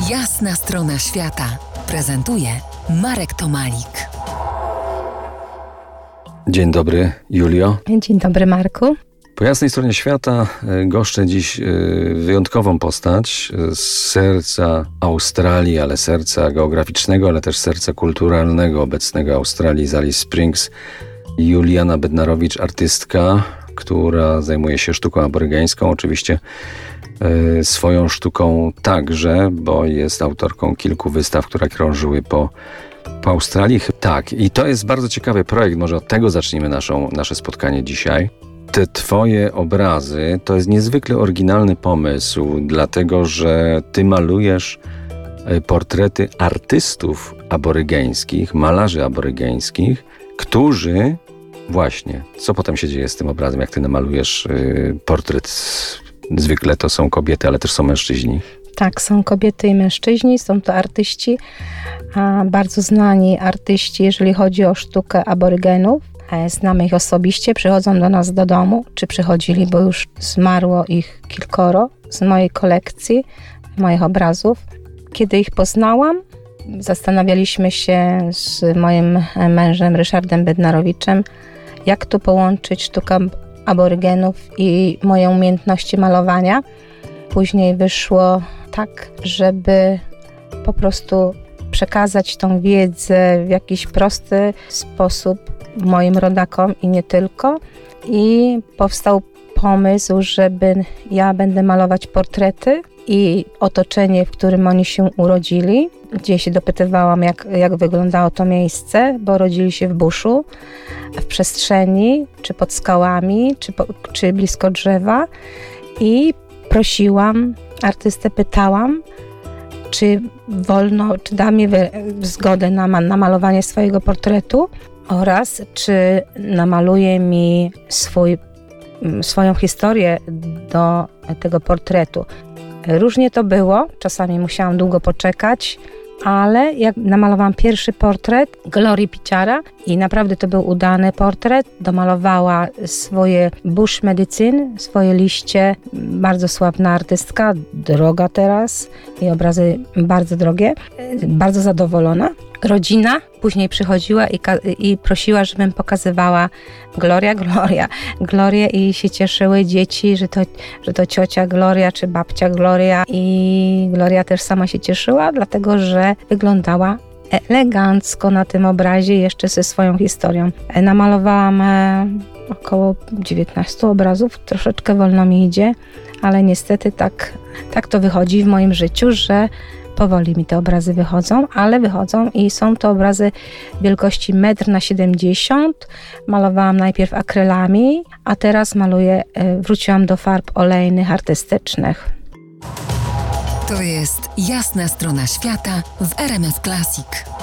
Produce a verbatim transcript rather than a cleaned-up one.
Jasna strona świata prezentuje Marek Tomalik. Dzień dobry, Julio. Dzień dobry, Marku. Po jasnej stronie świata goszczę dziś wyjątkową postać z serca Australii, ale serca geograficznego, ale też serca kulturalnego obecnego Australii, z Alice Springs. Juliana Bednarowicz, artystka, która zajmuje się sztuką aborygeńską. Oczywiście y, swoją sztuką także, bo jest autorką kilku wystaw, które krążyły po, po Australii. Tak, i to jest bardzo ciekawy projekt. Może od tego zacznijmy naszą, nasze spotkanie dzisiaj. Te twoje obrazy to jest niezwykle oryginalny pomysł, dlatego że ty malujesz portrety artystów aborygeńskich, malarzy aborygeńskich, którzy właśnie, co potem się dzieje z tym obrazem, jak ty namalujesz y, portret? Zwykle to są kobiety, ale też są mężczyźni. Tak, są kobiety i mężczyźni, są to artyści, a bardzo znani artyści, jeżeli chodzi o sztukę aborygenów. Znamy ich osobiście, przychodzą do nas do domu, czy przychodzili, bo już zmarło ich kilkoro z mojej kolekcji, moich obrazów. Kiedy ich poznałam, zastanawialiśmy się z moim mężem Ryszardem Bednarowiczem, jak tu połączyć sztukę aborygenów i moje umiejętności malowania. Później wyszło tak, żeby po prostu przekazać tą wiedzę w jakiś prosty sposób moim rodakom i nie tylko. I powstał pomysł, żeby ja będę malować portrety i otoczenie, w którym oni się urodzili, gdzie się dopytywałam, jak, jak wyglądało to miejsce, bo rodzili się w buszu, w przestrzeni, czy pod skałami, czy, po, czy blisko drzewa. I prosiłam, artystę pytałam, czy wolno, czy da mi zgodę na, na malowanie swojego portretu oraz czy namaluje mi swój, swoją historię do tego portretu. Różnie to było, czasami musiałam długo poczekać, ale jak namalowałam pierwszy portret Glorii Piciara i naprawdę to był udany portret, domalowała swoje Bush Medicine, swoje liście, bardzo sławna artystka, droga teraz i obrazy bardzo drogie, bardzo zadowolona. Rodzina później przychodziła i, i prosiła, żebym pokazywała Gloria, Gloria, Glorię i się cieszyły dzieci, że to, że to ciocia Gloria czy babcia Gloria i Gloria też sama się cieszyła, dlatego że wyglądała elegancko na tym obrazie jeszcze ze swoją historią. Namalowałam około dziewiętnaście obrazów, troszeczkę wolno mi idzie, ale niestety tak, tak to wychodzi w moim życiu, że powoli mi te obrazy wychodzą, ale wychodzą i są to obrazy wielkości metr na siedemdziesiąt. Malowałam najpierw akrylami, a teraz maluję, wróciłam do farb olejnych, artystycznych. To jest Jasna strona świata w R M F Classic.